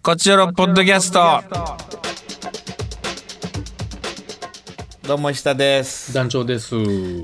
こちらのポッドキャスト。どうも石田です。 団長です。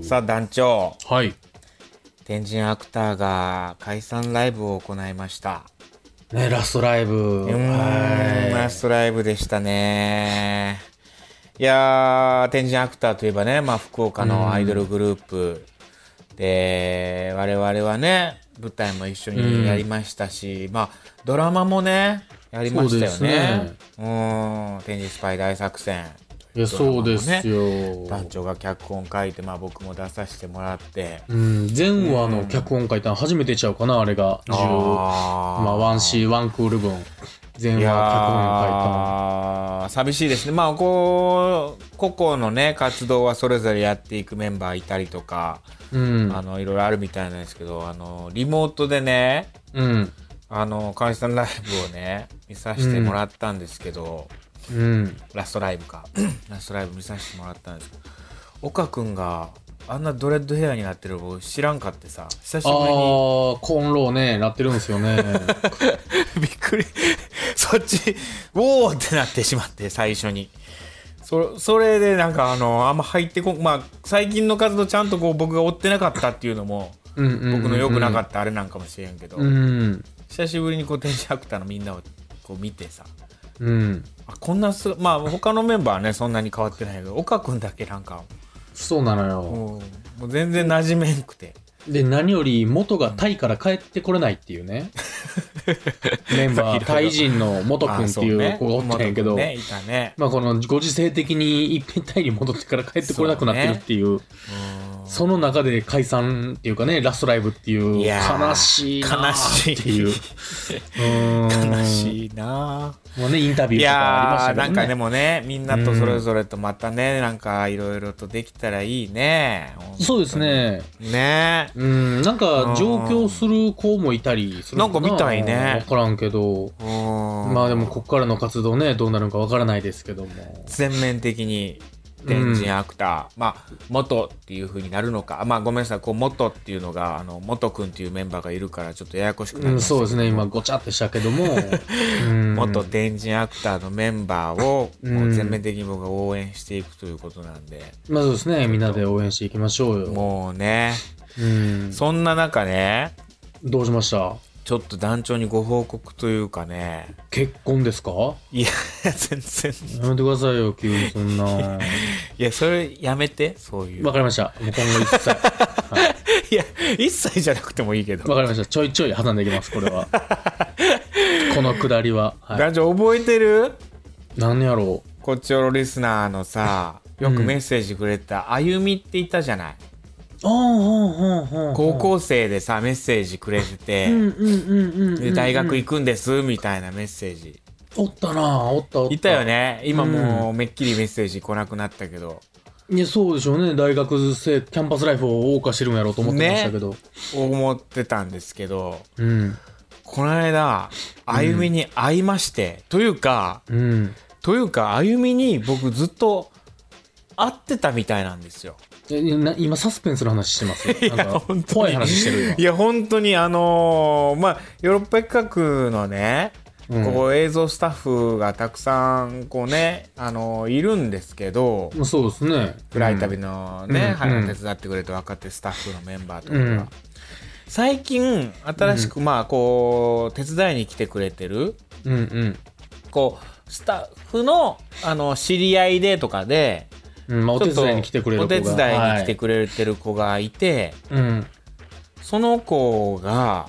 さあ団長、 はい。 天神アクターが解散ライブを行いました。 ね、ラストライブ。 ラストライブでしたね。いやー、天神アクターといえばね、まあ福岡のアイドルグループで、我々はね、舞台も一緒にやりましたし、まあドラマもね、やりましたよね。天神スパイ大作戦。 いや、そうですよ。 団長が脚本書いて、まあ僕も出させてもらって。 全話の脚本書いたの初めてちゃうかな、あれが。まあ、ワンシー、ワンクール分。全話脚本書いたの。 寂しいですね。まあ、個々のね、活動はそれぞれやっていくメンバーいたりとか、いろいろあるみたいなんですけど、リモートでね、解散ライブをね、見させてもらったんですけど、ラストライブラストライブ見させてもらったんですけど、岡くんがあんなドレッドヘアになってるの知らんかってさ、久しぶりに。 コーンローね、なってるんですよね。 びっくり。そっち、おーってなってしまって、最初に。それでなんかあんま入ってまあ、最近の活動ちゃんとこう僕が追ってなかったっていうのも、僕の良くなかったあれなんかもしれんけど、久しぶりにこう、天使アクターのみんなをこう見てさ、こんなまあ他のメンバーはねそんなに変わってないけど、岡くんだけなんかそうなのよ。 もう全然馴染めんくて、 で何より元がタイから帰ってこれないっていうね、メンバータイ人の元くんっていう子がおったんやけど、まあこのご時世的に一遍タイに戻ってから帰ってこれなくなってるっていう、その中で解散っていうかね、ラストライブっていう悲しいなっていう悲しいな。 もうね、インタビューとかありましたけどね。 なんかでもね、みんなとそれぞれとまたね、なんかいろいろとできたらいいね。 そうですね。なんか上京する子もいたりするのかな。 なんかみたいね。 わからんけど。まあでもこっからの活動ね、どうなるのかわからないですけども。 全面的に天神アクター、まあ元っていう風になるのか、まあごめんなさい、こう元っていうのが元くんっていうメンバーがいるからちょっとややこしくなりましたけど、 そうですね、今ごちゃってしたけども元天神アクターのメンバーをもう全面的に僕が応援していくということなんで、 まあそうですね、みんなで応援していきましょうよ。 もうね、そんな中ね、 どうしました？ ちょっと団長にご報告というかね。 結婚ですか？ いや、全然。 やめてくださいよ、急にそんな。 いや、それやめて、そういう。 わかりました。もう今後一切。 いや、一切じゃなくてもいいけど。 わかりました。ちょいちょい挟んでいきます、これは。このくだりは。 団長覚えてる？ 何やろう。こっちおろリスナーのさ、よくメッセージくれた、あゆみっていたじゃない。高校生でさメッセージくれてて、大学行くんですみたいなメッセージおったな、おったいたよね。今もうめっきりメッセージ来なくなったけど、 いやそうでしょうね。大学生キャンパスライフを謳歌してるんやろうと思ってましたけど、 思ってたんですけど、この間あゆみに会いまして、というかあゆみに僕ずっと会ってたみたいなんですよ。 今サスペンスの話してます。なんか怖い話してるよ。 いや本当にまあヨーロッパ企画のね、こう映像スタッフがたくさんこうねいるんですけど、 そうですね。 暗い旅のね、手伝ってくれて若手スタッフのメンバーとかが、最近新しくまあこう手伝いに来てくれてる、こうスタッフの知り合いでとかで。 お手伝いに来てくれる子が、 お手伝いに来てくれてる子がいて、その子が、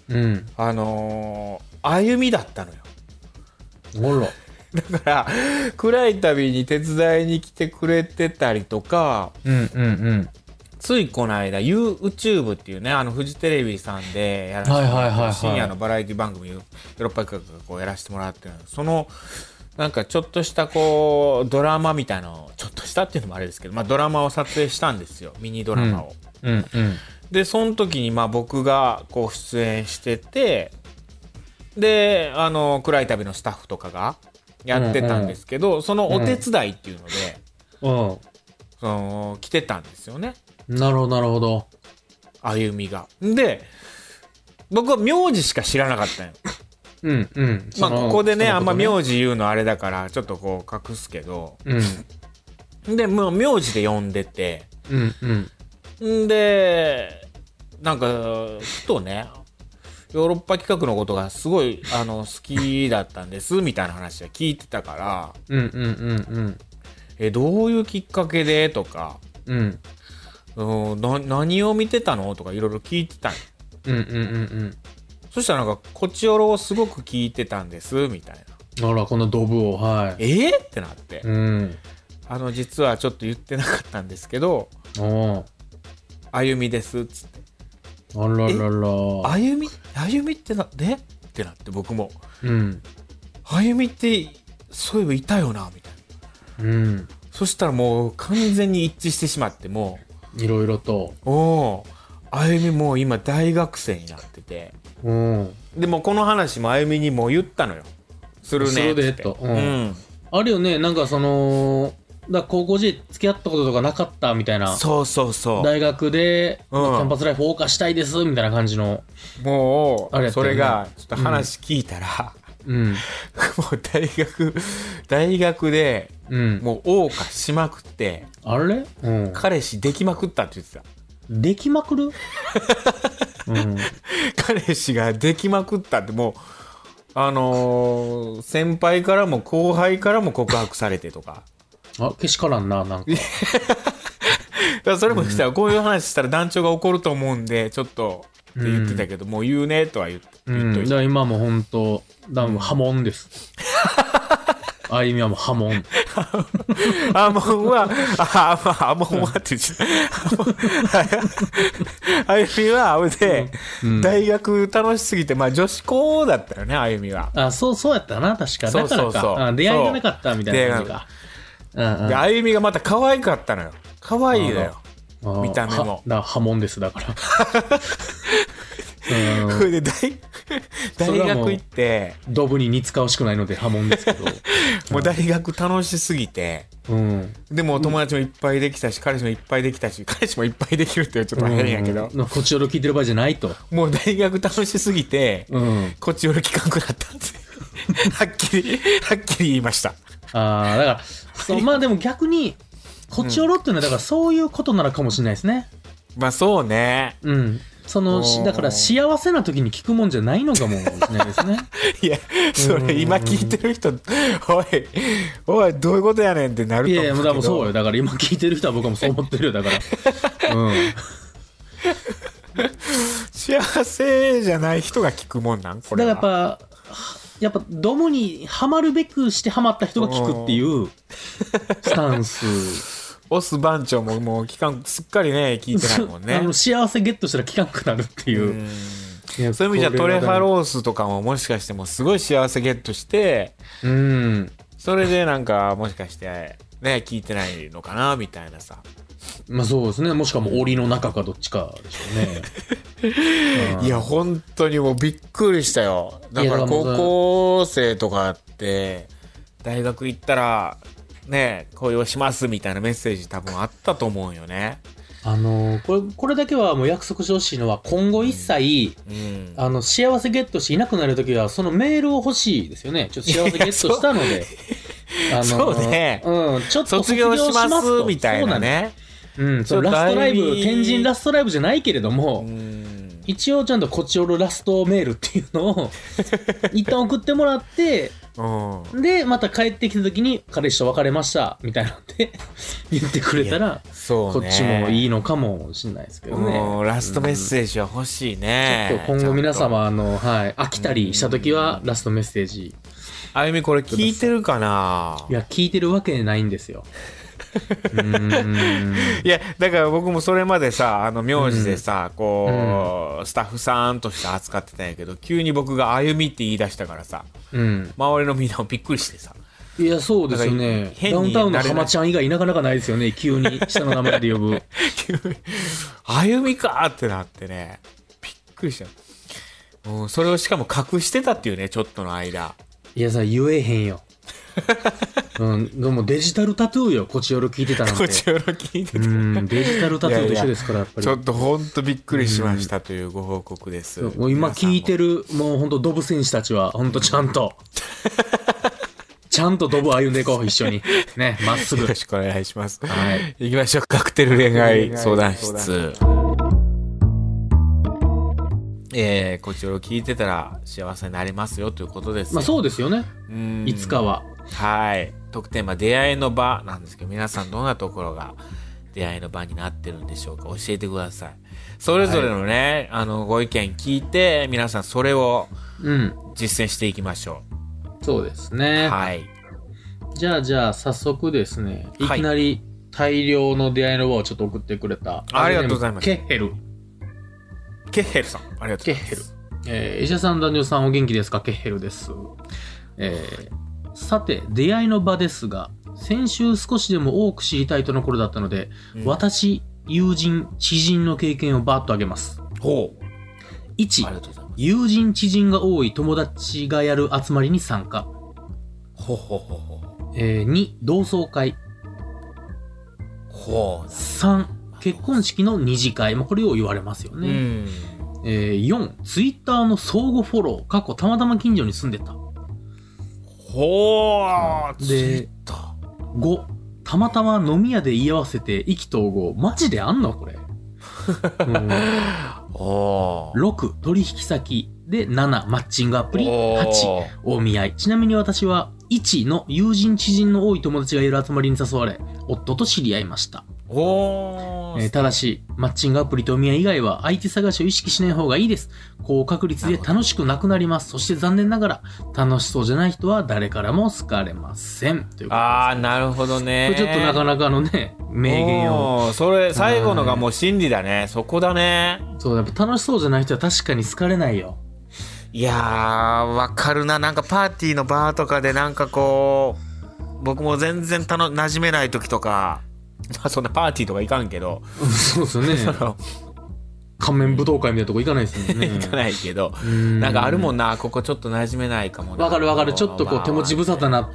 あゆみだったのよ。だから暗い旅に手伝いに来てくれてたりとか、ついこの間 YouTube っていうね、フジテレビさんでやらせてもらって、深夜のバラエティ番組ヨーロッパ企画がこうやらせてもらってるの、そのなんかちょっとしたこうドラマみたいなのを、ちょっとしたっていうのもあれですけど、まあドラマを撮影したんですよ、ミニドラマを。でその時にまあ僕がこう出演してて、で暗い旅のスタッフとかがやってたんですけど、そのお手伝いっていうので、来てたんですよね。 なるほどなるほど。 あゆみが。で僕は名字しか知らなかったよ。 うんうん。 まあここでね、あんま名字言うのあれだから、ちょっとこう隠すけど。うん。で、もう名字で呼んでて。 うんうん。 んで、なんか、ふとね、ヨーロッパ企画のことがすごい、好きだったんです、みたいな話は聞いてたから。 うんうんうんうん。 どういうきっかけでとか。 うん。 何を見てたのとかいろいろ聞いてたんよ。 うんうんうんうん。 そしたらなんか、こちおろをすごく聞いてたんです、みたいな。あら、このドブを、はい。 ってなって。 うん。 実はちょっと言ってなかったんですけど、あゆみです、つって。 あららら。 あゆみってってなって僕も。 うん。 あゆみって、そういえばいたよな、みたいな。 うん。 そしたらもう完全に一致してしまってもう。いろいろと。 あゆみもう今大学生になってて。でもこの話もあゆみにも言ったのよ。するねって。 と。うん。あるよね、なんか高校時代付き合ったこととかなかったみたいな。 そうそうそう。 大学で、キャンパスライフ謳歌したいですみたいな感じの。 もう、それが、ちょっと話聞いたら、もう大学で、もう謳歌しまくって、 あれ彼氏できまくったって言ってた。 できまくる彼氏ができまくったって、もう、先輩からも後輩からも告白されてとか。 けしからんな、なんか。だからそれもしたら、こういう話したら団長が怒ると思うんで、ちょっとって言ってたけど、もう言うねとは言っといて。 だから今も本当波紋です。あゆみはもう波紋。 波紋はって言ってた。あゆみは、あれで、大学楽しすぎて、まあ女子校だったよね、あゆみは。 そうやったな、確か。だからか。出会いがなかったみたいな感じか。 で、あゆみがまた可愛かったのよ。可愛いのよ。見た目も。 波紋です、だから。 それで大学行って、 ドブに似つかわしくないので波紋ですけど。 もう大学楽しすぎて、でも友達もいっぱいできたし、彼氏もいっぱいできたし、彼氏もいっぱいできるってちょっと変やけど。 こっちおろ聞いてる場合じゃないと。 もう大学楽しすぎて、こっちおろ聞かんくなったんです。はっきり言いました。 だからまあでも逆にこっちおろっていうのはだからそういうことなのかもしれないですね。 まあそうね。 だから幸せな時に聞くもんじゃないのかもしれないですね。 いや、それ今聞いてる人、おい、どういうことやねんってなると思うけど。いや、 もうそうよ。だから今聞いてる人は僕もそう思ってるよ。だから。 幸せじゃない人が聞くもんなんこれは。 だからやっぱドムにハマるべくしてハマった人が聞くっていうスタンス。 オス番長ももうすっかりね聞いてないもんね。 幸せゲットしたら聞かんくなるっていう。 そういう意味じゃトレファロースとかももしかしてもすごい幸せゲットして、それでなんかもしかしてね聞いてないのかなみたいなさ。 まあそうですね。もしくはもう檻の中かどっちかでしょうね。いや本当にもうびっくりしたよ。だから高校生とかって大学行ったらね恋をしますみたいなメッセージ多分あったと思うよね。 これだけはもう約束してほしいのは今後一切、幸せゲットしていなくなるときはそのメールを欲しいですよね。ちょっと幸せゲットしたので。 そうね。 ちょっと卒業しますみたいなね。 ラストライブ、天神ラストライブじゃないけれども、一応ちゃんとこちおろラストメールっていうのを一旦送ってもらって、でまた帰ってきた時に彼氏と別れましたみたいなんで言ってくれたら、こっちもいいのかもしれないですけどね。 ラストメッセージは欲しいね。 ちょっと今後皆様飽きたりした時はラストメッセージ。 あゆみこれ聞いてるかな。 いや聞いてるわけないんですよ。 いやだから僕もそれまでさ名字でさこうスタッフさんとして扱ってたんやけど、急に僕があゆみって言い出したからさ、周りのみんなもびっくりしてさ。 いやそうですよね。ダウンタウンの浜ちゃん以外なかなかないですよね。急に下の名前で呼ぶ。 あゆみかってなってね、びっくりした。それをしかも隠してたっていうね、ちょっとの間。 いやさ言えへんよ。 うん、でもデジタルタトゥーよ、こちよろ聞いてたなんて。 こちよろ聞いてた。 デジタルタトゥーと一緒ですから、やっぱり。 ちょっとほんとびっくりしましたというご報告です。 もう今聞いてる、もうほんとドブ選手たちは、ほんとちゃんと、ちゃんとドブ歩んでいこう、一緒に。ね、まっすぐ。 よろしくお願いします。 はい。 行きましょう。カクテル恋愛相談室。こちらを聞いてたら幸せになりますよということですよ。 まあそうですよね。いつかは。 はい。特典は出会いの場なんですけど、皆さんどんなところが出会いの場になってるんでしょうか。教えてください。それぞれのね、はい、ご意見聞いて、皆さんそれを実践していきましょう。そうですね。 はい。 じゃあ早速ですね、いきなり大量の出会いの場をちょっと送ってくれた。 ありがとうございます。 ケッヘルさん。ありがとうございます。 ケッヘル。医者さん、男女さんお元気ですか？ケッヘルです。さて、出会いの場ですが、先週少しでも多く知りたいとの頃だったので、私、友人、知人の経験をバーッと挙げます。 ほう。 1、友人、知人が多い友達がやる集まりに参加。2、同窓会。3、結婚式の二次会。これを言われますよね。4、ツイッターの相互フォロー。過去たまたま近所に住んでた。で、5、たまたま飲み屋で居合わせて意気投合。マジであんのこれ。6、取引先。で、7、マッチングアプリ。8、大見合い。ちなみに私は、1の友人知人の多い友達がいる集まりに誘われ、夫と知り合いました。ただし、マッチングアプリとお見合い以外は相手探しを意識しない方がいいです。高確率で楽しくなくなります。そして残念ながら、楽しそうじゃない人は誰からも好かれません。ということです。 なるほどね。 これちょっとなかなかのね、名言を。 それ、最後のがもう真理だね。そこだね。 そう、やっぱ楽しそうじゃない人は確かに好かれないよ。 いやー、わかるな。なんかパーティーのバーとかでなんかこう、僕も全然馴染めない時とか、そんなパーティーとか行かんけど。 そうですよね。仮面舞踏会みたいなとこ行かないですもんね。 行かないけど。なんかあるもんな、ここちょっと馴染めないかもな。 わかるわかる。ちょっとこう手持ち無沙汰なって、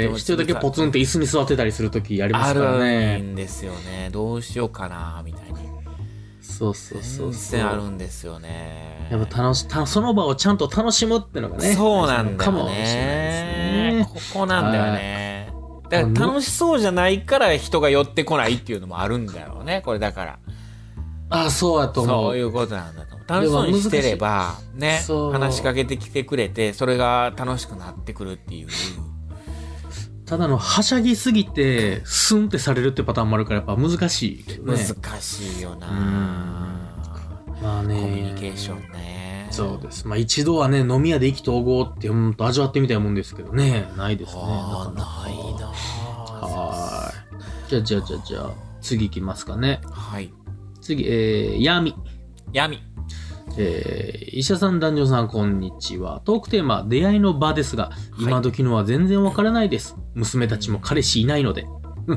一人だけポツンって椅子に座ってたりする時ありますからね。 あるんですよね。どうしようかな、みたいに。 そう。 全然あるんですよね。 やっぱその場をちゃんと楽しむってのがね。 そうなんだよね。ここなんだよね。だから楽しそうじゃないから人が寄ってこないっていうのもあるんだろうね。これだから。 そうやと思う。 そういうことなんだと思う。楽しそうにしてれば、ね、話しかけてきてくれて、それが楽しくなってくるっていう。 ただはしゃぎすぎて、スンってされるってパターンもあるからやっぱ難しいけどね。 難しいよな。 まあね。 コミュニケーションね。 そうです。一度はね、飲み屋で意気投合って味わってみたいもんですけどね。ないですね。 ないな。 はい。じゃあ、次行きますかね。 はい。 次、闇。医者さん、男女さん、こんにちは。トークテーマ、出会いの場ですが、今時のは全然わからないです。娘たちも彼氏いないので。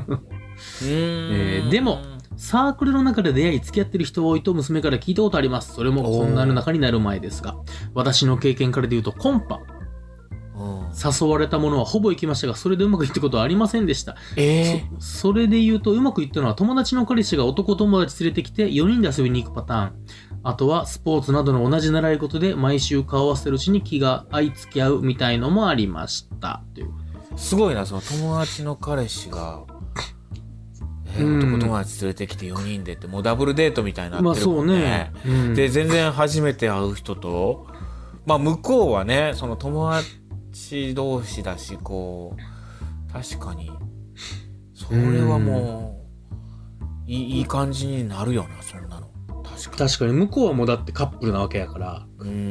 でも、サークルの中で出会い付き合ってる人多いと娘から聞いたことあります。それもこんなの中になる前ですが、私の経験からで言うとコンパ。誘われたものはほぼ行きましたが、それでうまくいったことはありませんでした。それで言うとうまくいったのは友達の彼氏が男友達連れてきて4人で遊びに行くパターン。あとはスポーツなどの同じ習い事で毎週顔を合わせてるうちに気が合い付き合うみたいのもありました。というすごいな、その友達の彼氏が、男友達連れてきて4人でってもうダブルデートみたいになってるもんね。で、全然初めて会う人と、向こうはね、その友達同士だし、こう、確かに、それはもう、いい感じになるよな、そんなの。 確かに向こうはもうだってカップルなわけやから。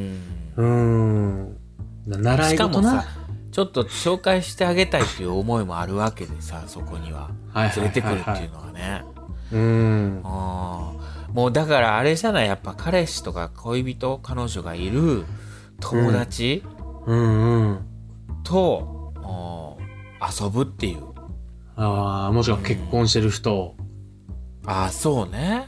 習い事な。 ちょっと紹介してあげたいっていう思いもあるわけでさ、そこには。連れてくるっていうのはね。もうだからあれじゃない、やっぱ彼氏とか恋人、彼女がいる友達と遊ぶっていう。 もちろん結婚してる人。 そうね。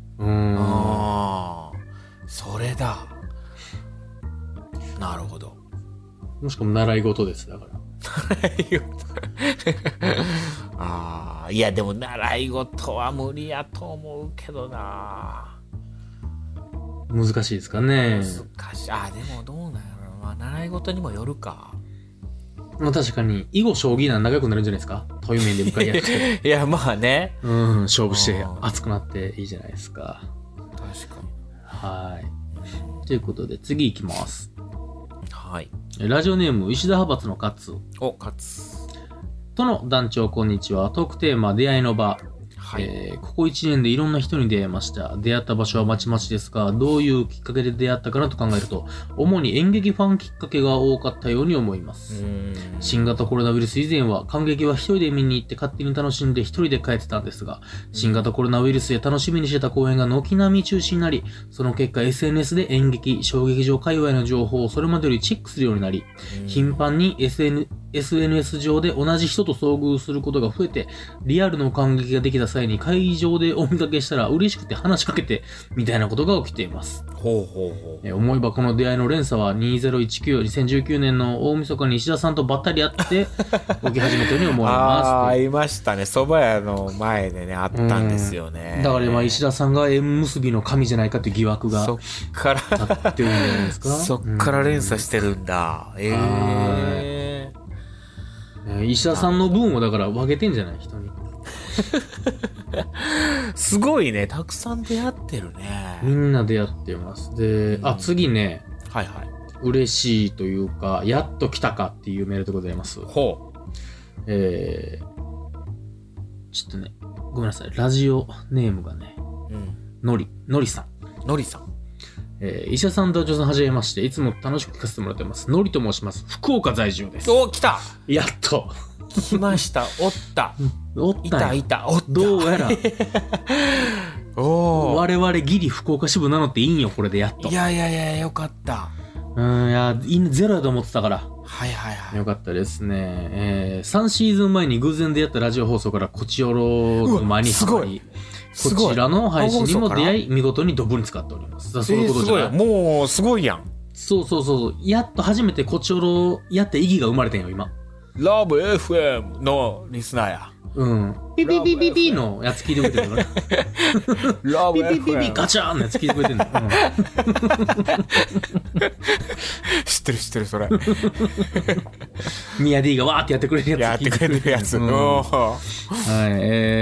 それだ。なるほど。 もしくは習い事です、だかああ、いやでも習い事は無理やと思うけどな。 難しいですかね。 難しい。あ、でもどうなんやろ。まあ習い事にもよるか。 まあ確かに囲碁将棋なん仲良くなるんじゃないですか。対面で向かい合って。 いやまあね。 うん、勝負して熱くなっていいじゃないですか。 確かに。 はい。ということで次行きます。 はい。 ラジオネーム石田派閥のカツ。 カツ。 との団長こんにちは。トークテーマ出会いの場。はい。ここ1年でいろんな人に出会いました。出会った場所はまちまちですが、どういうきっかけで出会ったかなと考えると、主に演劇ファンきっかけが多かったように思います。新型コロナウイルス以前は、観劇は一人で見に行って勝手に楽しんで一人で帰ってたんですが、新型コロナウイルスで楽しみにしてた公演が軒並み中止になり、その結果 SNS で演劇、小劇場界隈の情報をそれまでよりチェックするようになり、頻繁にSNS 上で同じ人と遭遇することが増えて、リアルの観劇ができた際に会場でお見かけしたら嬉しくて話しかけて、みたいなことが起きています。思えばこの出会いの連鎖は2019年の大晦日に石田さんとばったり会って起き始めたように思います。 会いましたね。蕎麦屋の前でね、会ったんですよね。 だから今石田さんが縁結びの神じゃないかっていう疑惑がそっから立ってるんじゃないですか。 そっから連鎖してるんだ。 石田さんの分をだから分けてんじゃない人に。 すごいね。たくさん出会ってるね。 みんな出会ってます。で、次ね。 はいはい。 嬉しいというか、やっと来たかっていうメールでございます。 ほう。 ちょっとね、ごめんなさい。ラジオネームがね、のりさん。 のりさん。 石田さん、団長さんはじめまして、いつも楽しく聞かせてもらってます。のりと申します。福岡在住です。 お、来たやっと。 来ました。おった。いた。おった。 どうやら。我々ギリ福岡支部なのっていいんよ、これでやっと。 いや、よかった。 ゼロだと思ってたから。 はい。 よかったですね。3シーズン前に偶然出会ったラジオ放送からこちおろの間にハマり、こちらの配信にも出会い、見事にドブに使っております。そういうことじゃない。 もう、すごいやん。 そう。やっと初めてこちおろやって意義が生まれてんよ、今。 ラブ FM のリスナーや。 ピピピピピのやつ聞いてくれてるのね。 ラブ FM。 ピピピピガチャーンのやつ聞いてくれてるの。 知ってる、それ。 ミヤ D がわーってやってくれるやつ。 やってくれるやつ。 はい。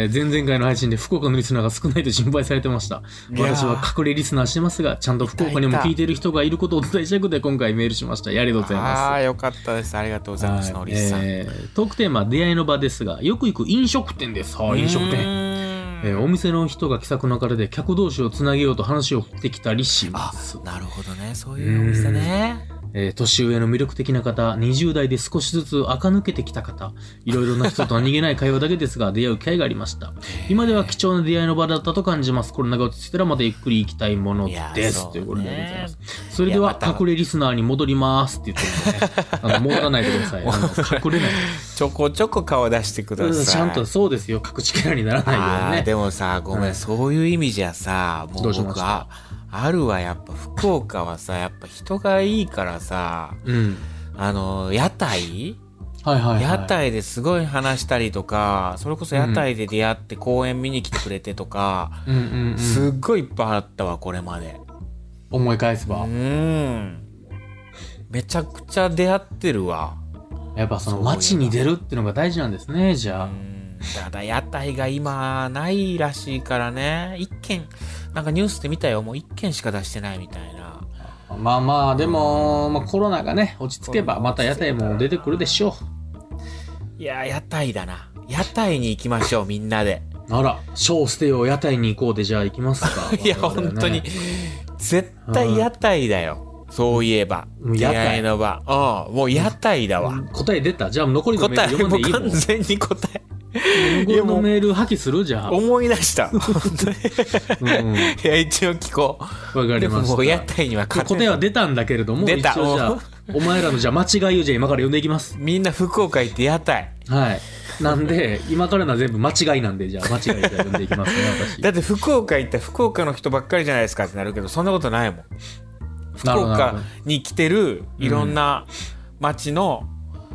前々回の配信で福岡のリスナーが少ないと心配されてました。私は隠れリスナーしてますが、ちゃんと福岡にも聞いてる人がいることをお伝えしたくて今回メールしました。ありがとうございます。 よかったです。ありがとうございます。のりさん。 トークテーマ、出会いの場ですが、よく行く飲食店です。飲食店。お店の人が気さくなかれで客同士をつなげようと話を振ってきたりします。 なるほどね。そういうお店ね。 年上の魅力的な方、20代で少しずつ垢抜けてきた方、いろいろな人と何気ない会話だけですが出会う機会がありました。今では貴重な出会いの場だったと感じます。コロナが落ち着いたらまたゆっくり行きたいものです。ということでございます。それでは隠れリスナーに戻りますって言ってるので、戻らないでください。隠れない。 ちょこちょこ顔出してください。 ちゃんとそうですよ。隠しキャラにならないようにね。 でもさ、ごめん、そういう意味じゃさ、もう僕は、あるわ、やっぱ福岡はさ、やっぱ人がいいからさ、屋台屋台ですごい話したりとか、それこそ屋台で出会って公演見に来てくれてとか、すっごいいっぱいあったわ、これまで。 思い返せば。 めちゃくちゃ出会ってるわ。 やっぱその街に出るってのが大事なんですね、じゃあ。 ただ屋台が今ないらしいからね。一軒、なんかニュースで見たよ。もう一軒しか出してないみたいな。 まあでも、コロナがね、落ち着けばまた屋台も出てくるでしょう。いや、屋台だな。屋台に行きましょう、みんなで。 あら、小捨てよう屋台に行こうでじゃあ行きますか。 いや、本当に。絶対屋台だよ。そういえば。出会いの場。もう屋台だわ。 答え出た？じゃあ残りのメール読んでいい？ もう完全に答え。 残りのメール破棄する？じゃあ。 思い出した。本当に。いや、一応聞こう。わかりました。 もう屋台には勝てない。 答えは出たんだけれども、 出た。 一応じゃあ、お前らのじゃあ間違いをじゃあ今から読んでいきます。 みんな福岡行って屋台。 はい。なんで、今からのは全部間違いなんで、じゃあ間違いで読んでいきますね、私。 だって福岡行ったら福岡の人ばっかりじゃないですかってなるけど、そんなことないもん。福岡に来てるいろんな町の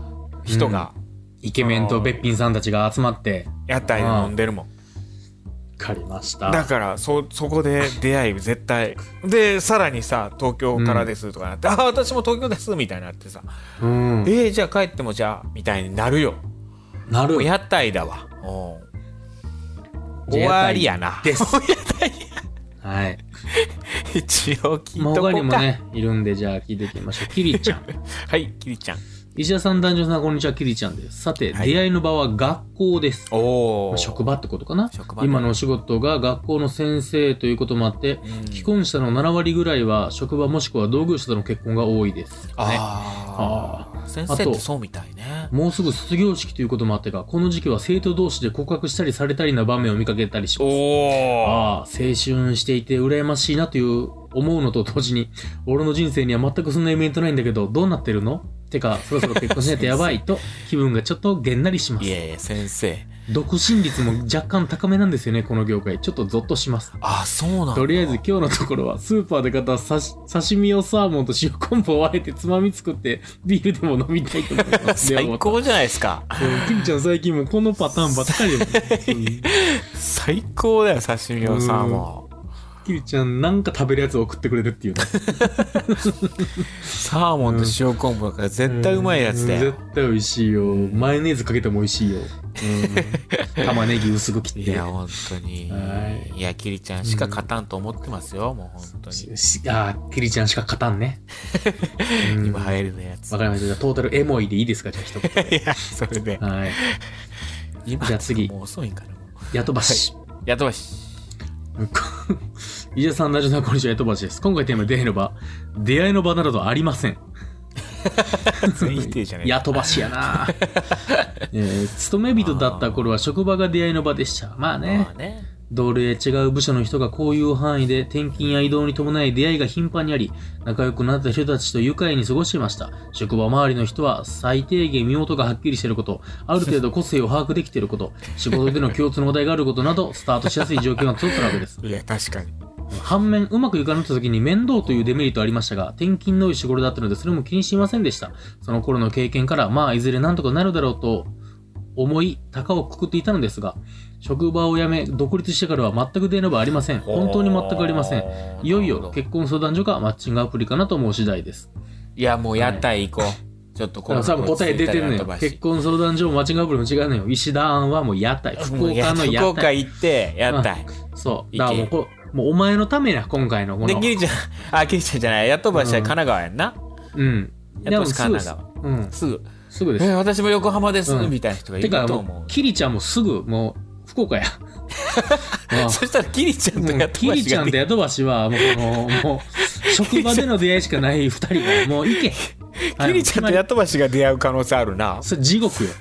人が、 イケメンとべっぴんさんたちが集まって。 屋台で飲んでるもん。わかりました。 だから、そこで出会い絶対。で、さらにさ、東京からですとかなって、私も東京ですみたいになってさ、じゃあ帰ってもじゃあ、みたいになるよ。 なる。 屋台だわ。終わりやな。 です。はい。 一応聞いとこうか。 他にもね、いるんで、じゃあ聞いていきましょう。キリちゃん。 はい、キリちゃん。 石田さん、男女さん、こんにちは、キリちゃんです。さて、出会いの場は学校です。職場ってことかな。今のお仕事が学校の先生ということもあって、既婚者の7割ぐらいは職場もしくは同業者との結婚が多いです。 先生ってそうみたいね。 もうすぐ卒業式ということもあってか、この時期は生徒同士で告白したりされたりな場面を見かけたりします。青春していて羨ましいなという思うのと同時に、俺の人生には全くそんなイベントないんだけど、どうなってるの？てか、そろそろ結婚しないとやばいと気分がちょっとげんなりします。 いやいや、先生。 独身率も若干高めなんですよね、この業界。ちょっとゾッとします。 そうなんだ。 とりあえず今日のところは、スーパーで買った刺身用サーモンと塩昆布をあえてつまみ作って、ビールでも飲みたいと思います。 最高じゃないですか。 キリちゃん最近もこのパターンばっかりで。 最高だよ、刺身用サーモン。 キリちゃんなんか食べるやつを送ってくれるっていうね。 サーモンと塩昆布だから絶対うまいやつだよ。 絶対美味しいよ。マヨネーズかけても美味しいよ。玉ねぎ薄く切って。 いや、本当に。いや、キリちゃんしか勝たんと思ってますよ、もう本当に。 キリちゃんしか勝たんね。 今流行りのやつ。 わかりました。じゃあトータルエモいでいいですか、じゃあ一言。いや、それで。 はい。じゃあ次。 もう遅いんかな。 ヤトバシ。 ヤトバシ。 伊者さん、ラジオさん、こんにちは、ヤトバシです。今回テーマ、出会いの場。出会いの場などありません。 全否定じゃない。 ヤトバシやな。勤め人だった頃は職場が出会いの場でした。まあね。同僚や違う部署の人がこういう範囲で転勤や移動に伴い出会いが頻繁にあり、仲良くなった人たちと愉快に過ごしていました。職場周りの人は最低限身元がはっきりしていること、ある程度個性を把握できていること、仕事での共通の話題があることなど、スタートしやすい状況が整ったわけです。 いや、確かに。 反面、うまくいかなかった時に面倒というデメリットありましたが、転勤の多い仕事だったので、それも気にしませんでした。その頃の経験から、まあ、いずれなんとかなるだろうと、思い、高をくくっていたのですが、職場を辞め、独立してからは全く出会いの場ありません。本当に全くありません。いよいよ結婚相談所かマッチングアプリかなと思う次第です。 いや、もう屋台行こう。ちょっとこの答え出てるのよ。結婚相談所もマッチングアプリも違うのよ。石田庵はもう屋台。福岡の屋台。 福岡行って、屋台。 そう。だからもうお前のためや、今回のこの。 で、キリちゃん、キリちゃんじゃない。ヤトバシは神奈川やんな。 うん。 ヤトバシ神奈川。うん。すぐ。 すぐです。 私も横浜です、みたいな人がいると思う。 てか、キリちゃんもすぐ、もう、福岡や。 そしたら、キリちゃんとヤトバシキリちゃんとヤトバシは、もう、職場での出会いしかない二人が、もう行け。 キリちゃんとヤトバシが出会う可能性あるな。 それ地獄よ。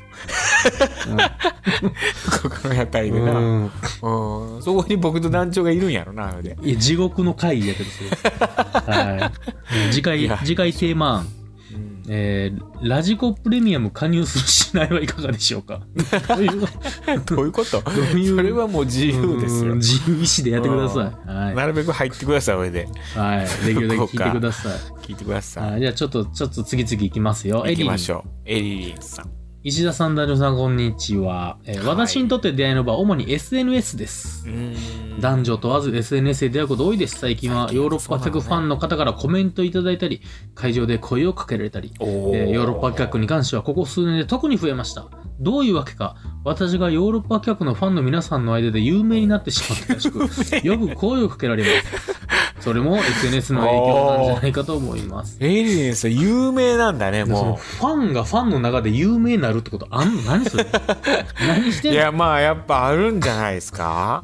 福岡の屋台でな。そこに僕と団長がいるんやろな、 いや、地獄の会議やけど、それ。はい。次回テーマ案。ラジコプレミアム加入するしないはいかがでしょうか。 どういうことそれはもう自由ですよ。 自由意志でやってください。はい、 なるべく入ってください、上で。 はい。できるだけ聞いてください。 聞いてください。 じゃあちょっと次々いきますよ。 行きましょう。エリリンさん。 石田さん、男女さん、こんにちは。私にとって出会いの場は主に SNS です。男女問わず SNS で出会うこと多いです。最近はヨーロッパ客ファンの方からコメントいただいたり、会場で声をかけられたり、ヨーロッパ客に関してはここ数年で特に増えました。どういうわけか、私がヨーロッパ客のファンの皆さんの間で有名になってしまったらしく、よく声をかけられます。それも SNS の影響なんじゃないかと思います。 エイリエンさん有名なんだね、もう。 ファンがファンの中で有名になるってこと何それ何してんの？ いや、まあやっぱあるんじゃないですか？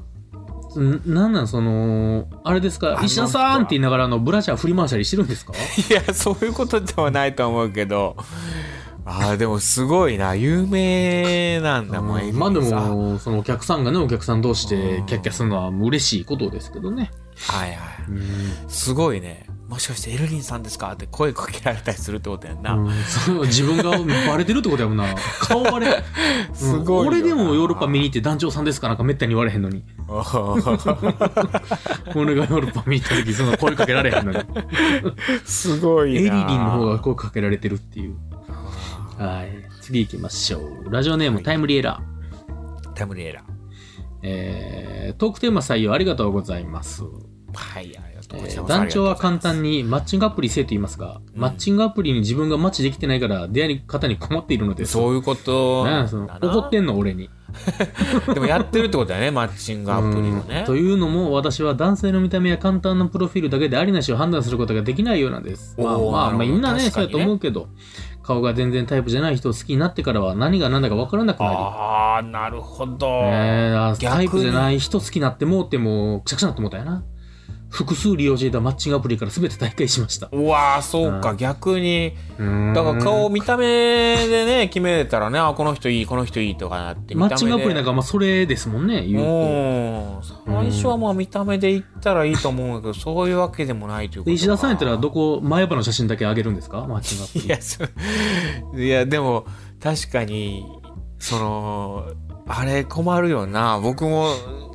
あれですか、石田さんって言いながらブラジャー振り回したりしてるんですか？ いや、そういうことではないと思うけど。でもすごいな、有名なんだもん。 まあでも、そのお客さんがね、お客さん同士でキャッキャするのは嬉しいことですけどね。 はいはい。すごいね。もしかしてエルリンさんですかって声かけられたりするってことやんな。 そう自分がバレてるってことやもんな。顔バレ。すごい。俺でもヨーロッパ見に行って団長さんですかなんかめったに言われへんのに。俺がヨーロッパ見に行った時そんな声かけられへんのに。 すごいな。 エリリンの方が声かけられてるっていう。はい。 次行きましょう。ラジオネーム、タイムリーエラー。タイムリーエラー。トークテーマ採用ありがとうございます。 はい、ありがとうございます。 団長は簡単にマッチングアプリせえと言いますが、マッチングアプリに自分がマッチできてないから出会い方に困っているのです。 そういうことなんその怒ってんの俺に。 でもやってるってことだよね、マッチングアプリをね。 というのも私は男性の見た目や簡単なプロフィールだけでありなしを判断することができないようなんです。まあみんなねそうやと思うけど、顔が全然タイプじゃない人を好きになってからは何が何だか分からなくなり。 ああ、なるほど。 タイプじゃない人好きになってもうてもくしゃくしゃなって思ったよな。複数利用していたマッチングアプリから全て退会しました。 うわー、そうか、逆に。だから顔見た目でね、決めたらね、あ、この人いい、この人いいとかなって。 マッチングアプリなんかまあそれですもんね、言うと。 最初はまあ見た目で言ったらいいと思うんだけど、そういうわけでもないということか。 石田さんやったらどこ、前歯の写真だけ上げるんですかマッチングアプリ。いや、でも、確かに、あれ困るよな。僕も、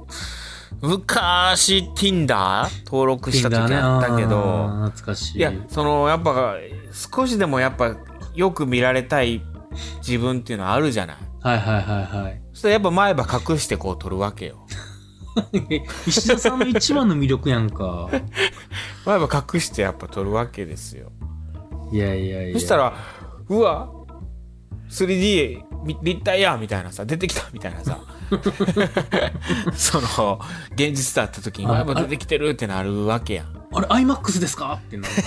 昔 Tinder 登録した時あったけど、 懐かしい。 いや、やっぱ少しでもやっぱよく見られたい自分っていうのはあるじゃない。 はいはいはいはい。 そしたらやっぱ前歯隠してこう撮るわけよ。 石田さんの一番の魅力やんか。 前歯隠してやっぱ撮るわけですよ。 いやいやいや。 そしたら、うわ、3D 立体やみたいなさ、出てきたみたいなさ。現実だった時に前歯出てきてるってなるわけやん。 あれ IMAX ですかってなる。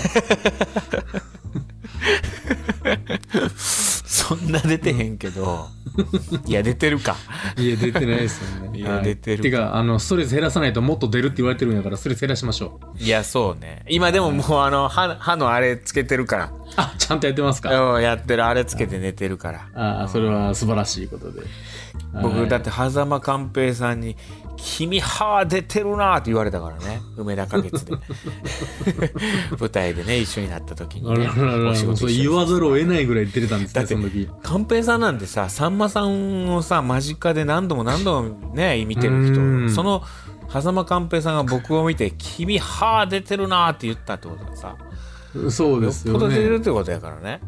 そんな出てへんけど、いや出てるか。 いや出てないですよね。 いや出てる。 てかストレス減らさないともっと出るって言われてるんやからストレス減らしましょう。いやそうね。今でももう歯のあれつけてるから。 あ、ちゃんとやってますか。 やってる、あれつけて寝てるから。 ああ、それは素晴らしいことで。 僕だって狭間寛平さんに君歯出てるなって言われたからね、梅田花月で舞台でね一緒になった時にね、 お仕事言わざるを得ないぐらい出てたんですね。その時寛平さんなんてさんまさんをさ間近で何度もね見てる人、その狭間寛平さんが僕を見て君歯出てるなって言ったってことはさ、 そうですよね、 よっぽど出てるってことやからね。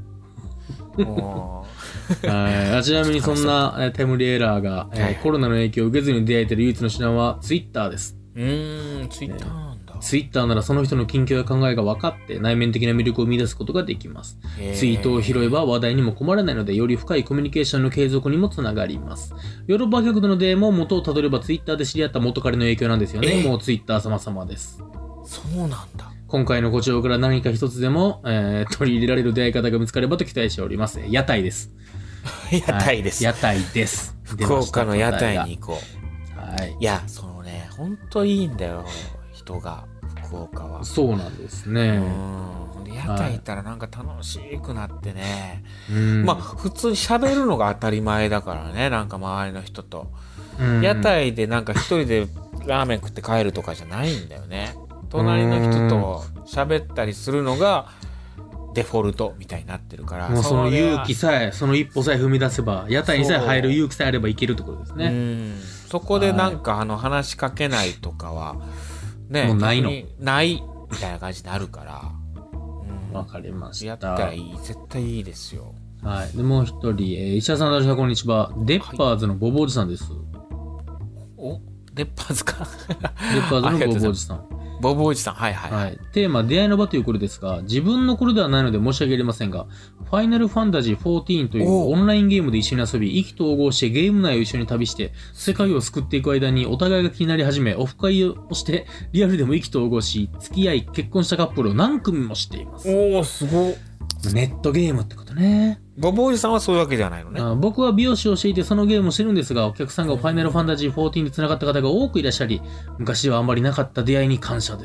ちなみにそんなタイムリーエラーが、コロナの影響を受けずに出会えている唯一の手段はツイッターです。 ツイッターなんだ。 ツイッターならその人の近況や考えが分かって内面的な魅力を見出すことができます。ツイートを拾えば話題にも困らないのでより深いコミュニケーションの継続にもつながります。ヨーロッパ客の例も元をたどればツイッターで知り合った元彼の影響なんですよね。もうツイッター様々です。 そうなんだ。 今回のご調から何か一つでも、取り入れられる出会い方が見つかればと期待しております。屋台です。 屋台です。 屋台です。 福岡の屋台に行こう。はい。 いや、ほんといいんだよ、人が、福岡は。 そうなんですね。 屋台行ったらなんか楽しくなってね。まあ、普通に喋るのが当たり前だからね、なんか周りの人と。屋台でなんか一人でラーメン食って帰るとかじゃないんだよね。隣の人と喋ったりするのがデフォルトみたいになってるから、 もうその勇気さえ、その一歩さえ踏み出せば、屋台にさえ入る勇気さえあればいけるってことですね。 そこでなんか話しかけないとかはね、 もうないのないみたいな感じになるから。 わかりました。 やったらいい、絶対いいですよ。 はい。でもう一人、石田さん、大こんにちは。デッパーズのボボおじさんです。 お、デッパーズか。 デッパーズのボボおじさん。 ボブおじさん、はいはい、はい。 テーマ、出会いの場ということですが、自分の頃ではないので申し訳ありませんが、ファイナルファンタジー14というオンラインゲームで一緒に遊び、意気投合してゲーム内を一緒に旅して、世界を救っていく間にお互いが気になり始め、オフ会をして、リアルでも意気投合し、付き合い、結婚したカップルを何組も知っています。 おー、すごい。 ネットゲームってことね。 ボブおじさんはそういうわけじゃないのね。 僕は美容師をしていてそのゲームをしてるんですが、お客さんがファイナルファンタジー14で繋がった方が多くいらっしゃり、昔はあんまりなかった出会いに感謝です。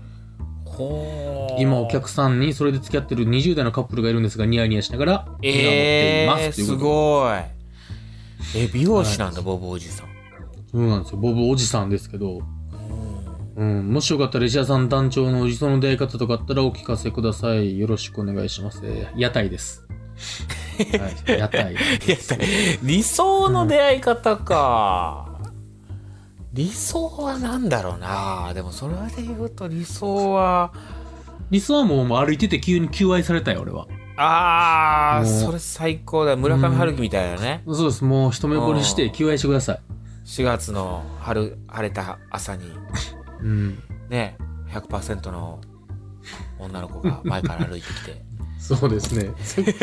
今お客さんにそれで付き合ってる20代のカップルがいるんですが、ニヤニヤしながら見守っています。 すごい。美容師なんだ、ボブおじさん。 そうなんですよ。ボブおじさんですけど、もしよかったら石田さん団長の理想の出会い方とかあったらお聞かせください。よろしくお願いします。屋台です。はい、屋台です。 理想の出会い方か。理想はなんだろうな。でもそれで言うと理想はもう歩いてて急に求愛されたよ俺は。 それ最高だ。村上春樹みたいだね。 そうです。もう一目惚れして求愛してください。 4月の晴れた朝に、ね、100% の女の子が前から歩いてきて。 そうですね。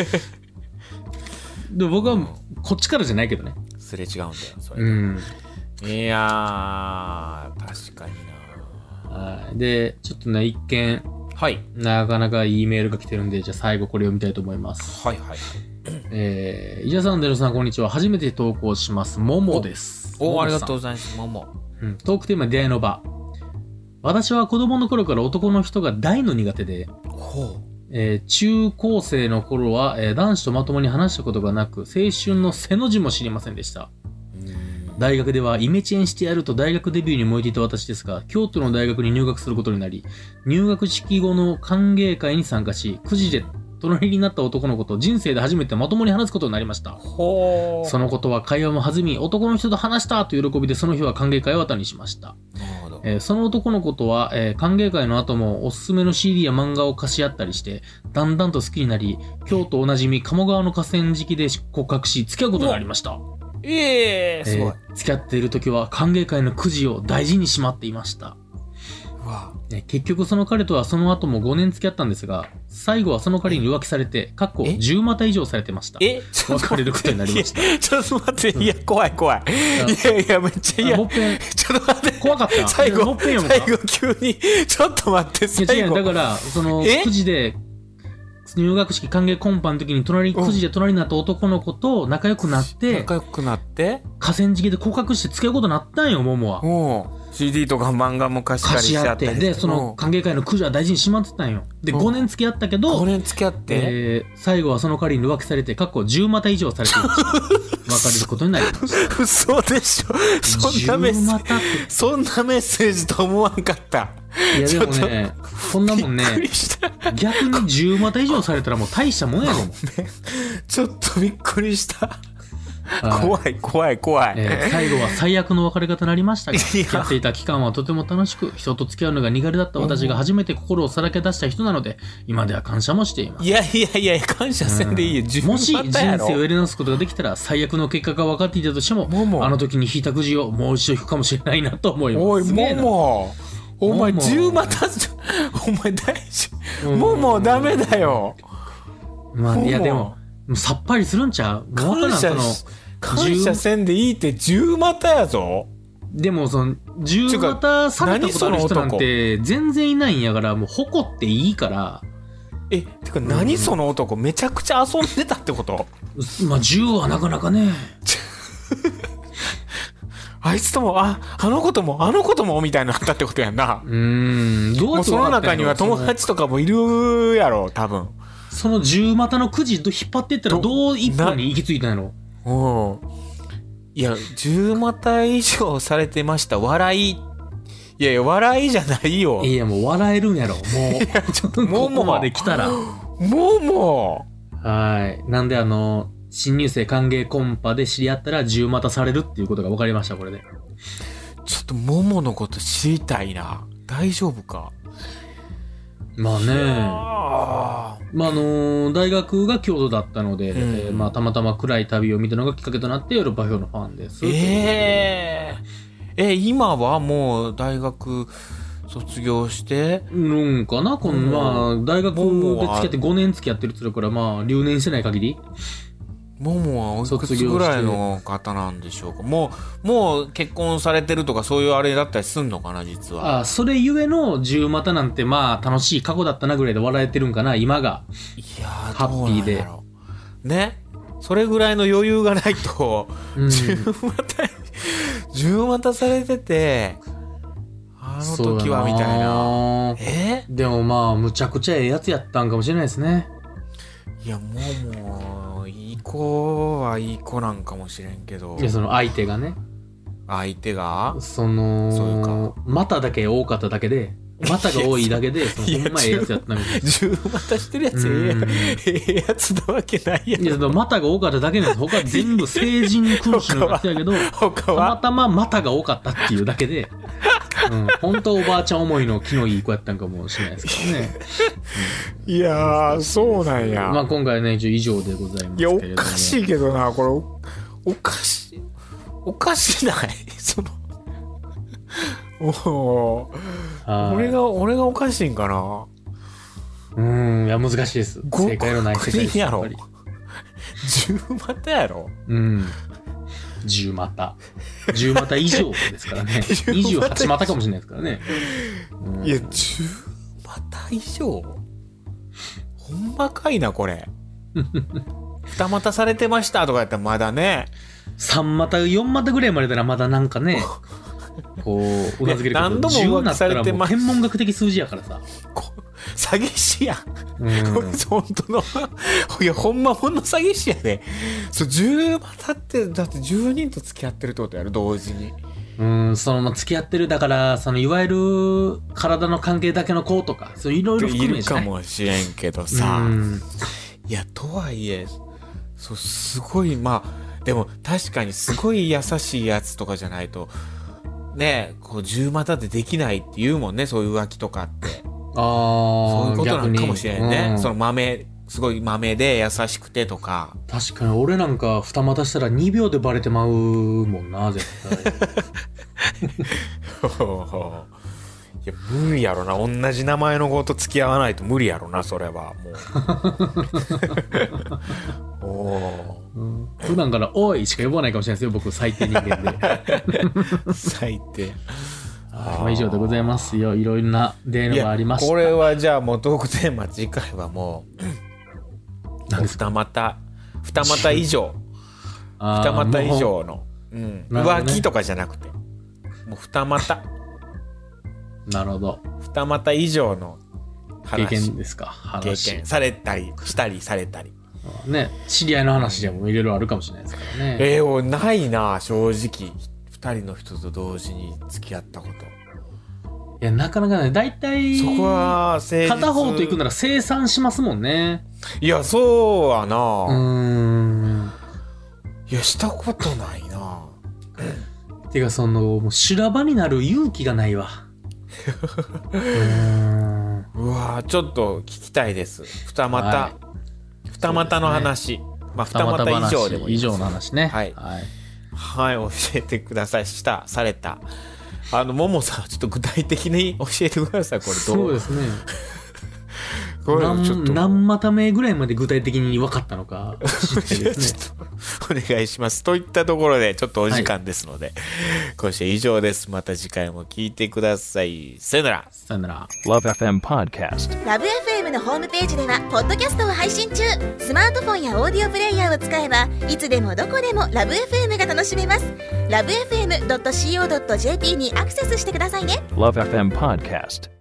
でも僕はこっちからじゃないけどね。 すれ違うんだよ、それ。いやー、確かにな。で、ちょっとね、一見、 はい。 なかなかいいメールが来てるんで、じゃあ最後これ読みたいと思います。 はいはい。 伊者さん、デルさん、こんにちは。初めて投稿します。ももです。 ありがとうございます。もも。 トークテーマ、出会いの場。私は子供の頃から男の人が大の苦手で、中高生の頃は、男子とまともに話したことがなく、青春の背の字も知りませんでした。大学ではイメチェンしてやると大学デビューに燃えていた私ですが、京都の大学に入学することになり、入学式後の歓迎会に参加し、9時で隣になった男の子と人生で初めてまともに話すことになりました。そのことは会話も弾み、男の人と話したという喜びでその日は歓迎会を後にしました。その男の子とは、歓迎会の後もおすすめの CD や漫画を貸し合ったりして、だんだんと好きになり、京都おなじみ鴨川の河川敷で告白し、付き合うことになりました。 すごい。 付き合っている時は歓迎会のくじを大事にしまっていました。結局その彼とはその後も5年付き合ったんですが、最後はその彼に浮気されて、10股以上されてました。別れることになりました。 ちょっと待って、いや、怖い。いや、めっちゃ嫌。 もっぺん。 ちょっと待って。 怖かった。 最後、 もっぺん読むか。 急に。ちょっと待って、最後。 だから、その、9時で、入学式歓迎コンパの時に9時で隣になった男の子と仲良くなって、河川敷で告白して付き合うことになったんよ、ももは。 CD とか漫画も貸したりしちゃって。 で、その歓迎会の9時は大事にしまってたんよ。で、5年付き合ったけど、 5年付き合って、 最後はその彼に浮気されて、10股以上されていました。別れることになりました。 嘘でしょ。そんなメッセージと思わんかった。 いやでもね、こんなもんね、逆に10股以上されたらもう大したもんやろもん。 ちょっとびっくりした。怖い。 最後は最悪の別れ方になりましたが、付き合っていた期間はとても楽しく、人と付き合うのが苦手だった私が初めて心をさらけ出した人なので、今では感謝もしています。 いや、感謝せんでいいよ。 もし人生をやり直すことができたら、最悪の結果が分かっていたとしても、あの時に引いたくじをもう一度引くかもしれないなと思います。 おい、お前10股お前大丈夫。もうダメだよ。 いやでもさっぱりするんちゃう。 感謝せんでいいって10股やぞ。 でもその10股されたことある人なんて全然いないんやから、もう誇っていいから。 てか何その男、めちゃくちゃ遊んでたってこと？ まあ10はなかなかね。 あいつともあの子ともみたいになったってことやんな。 どうやって分かったんやろ。 もうその中には友達とかもいるやろ多分。 その10股のくじと引っ張っていったらどう一本に行き着いたんやろ。 いや10股以上されてました。笑いじゃないよ。 いやもう笑えるんやろ。もうちょっとここまで来たら。はい。なんで新入生歓迎コンパで知り合ったら10股されるっていうことが分かりました、これで。 ちょっともものこと知りたいな。大丈夫か。 まあね。大学が京都だったので、たまたま暗い旅を見たのがきっかけとなってヨーロッパ票のファンです。 今はもう大学卒業してるんかな。大学で付き合って5年付き合ってるって言うから、留年してない限り。 ももはおいくつぐらいの方なんでしょうか。もう結婚されてるとかそういうあれだったりすんのかな、実は。 それゆえの10股なんて楽しい過去だったなぐらいで笑えてるんかな、今が。 いやー、 ハッピーで。 ね。それぐらいの余裕がないと、10股されてて、あの時はみたいな。 でもむちゃくちゃええやつやったんかもしれないですね。 いや、もういい子はいい子なんかもしれんけど。 いや、その相手がね。 相手がそういうか。股だけ多かっただけで、股が多いだけで、ほんまええやつやったみたいな。 10股してるやつええやつなわけないやん。 いや、股が多かっただけなんです。他全部成人君主のやつやけど、たまたま股が多かったっていうだけで、 本当おばあちゃん思いの気のいい子やったんかもしれないですからね。 いやー、そうなんや。 まあ今回ね、以上でございますけれども。 いや、おかしいけどな、これ、おかしないその、俺がおかしいんかな。 いや、難しいです。正解のない世界です。 やろ。10股やろ。 10股。10股以上ですからね。28股かもしれないですからね。 いや、10股以上ほんまかいな、これ。2股されてましたとかやったらまだね。 3股、4股ぐらいまでならまだなんかね、こう、うなずけるけど、 何度も浮気されてます。 天文学的数字やからさ。 詐欺師やん。これ本当の。いや、ほんまもんの詐欺師やで。そう、10股って、だって10人と付き合ってるってことやる、同時に。 その付き合ってる、だから、そのいわゆる体の関係だけの子とか、そういろいろ含めいるかもしれんけどさ。いや、とはいえ、そう、すごい、まあ、でも確かにすごい優しいやつとかじゃないと、ね、こう10股でできないって言うもんね、そういう浮気とかって。そういうことなのかもしれんね。そのすごい豆で優しくてとか。 確かに俺なんか二股したら2秒でバレてまうもんな、絶対。 いや、無理やろな。同じ名前の子と付き合わないと無理やろな、それは。もう。普段からおいしか呼ばないかもしれないですよ、僕、最低人間で。 最低。 以上でございますよ。いろいろな例のがありました。 これはじゃあもうトークテーマ、次回はもう、二股以上。二股以上の。浮気とかじゃなくて。もう二股。 なるほど。 二股以上の話。経験ですか。 経験されたり、したりされたり。 ね。知り合いの話でもいろいろあるかもしれないですからね。 ないな、正直。二人の人と同時に付き合ったこと。 いや、なかなかね、大体、 そこは片方と行くなら清算しますもんね。 いや、そうやな。いや、したことないな。 てか、もう修羅場になる勇気がないわ。 うわ、ちょっと聞きたいです。二股の話。まあ、二股以上でもいいです。 以上の話ね。 はい。はい、教えてください。された。ももさん、ちょっと具体的に教えてください。これどう？ そうですね。これちょっと何股目ぐらいまで具体的に分かったのか知りたいですね。 お願いします。といったところでちょっとお時間ですので、今週以上です。また次回も聞いてください。さよなら。 さよなら。 LoveFM Podcast。 LoveFM のホームページではポッドキャストを配信中。スマートフォンやオーディオプレイヤーを使えばいつでもどこでも LoveFM が楽しめます。LoveFM.co.jp にアクセスしてくださいね。 LoveFM Podcast。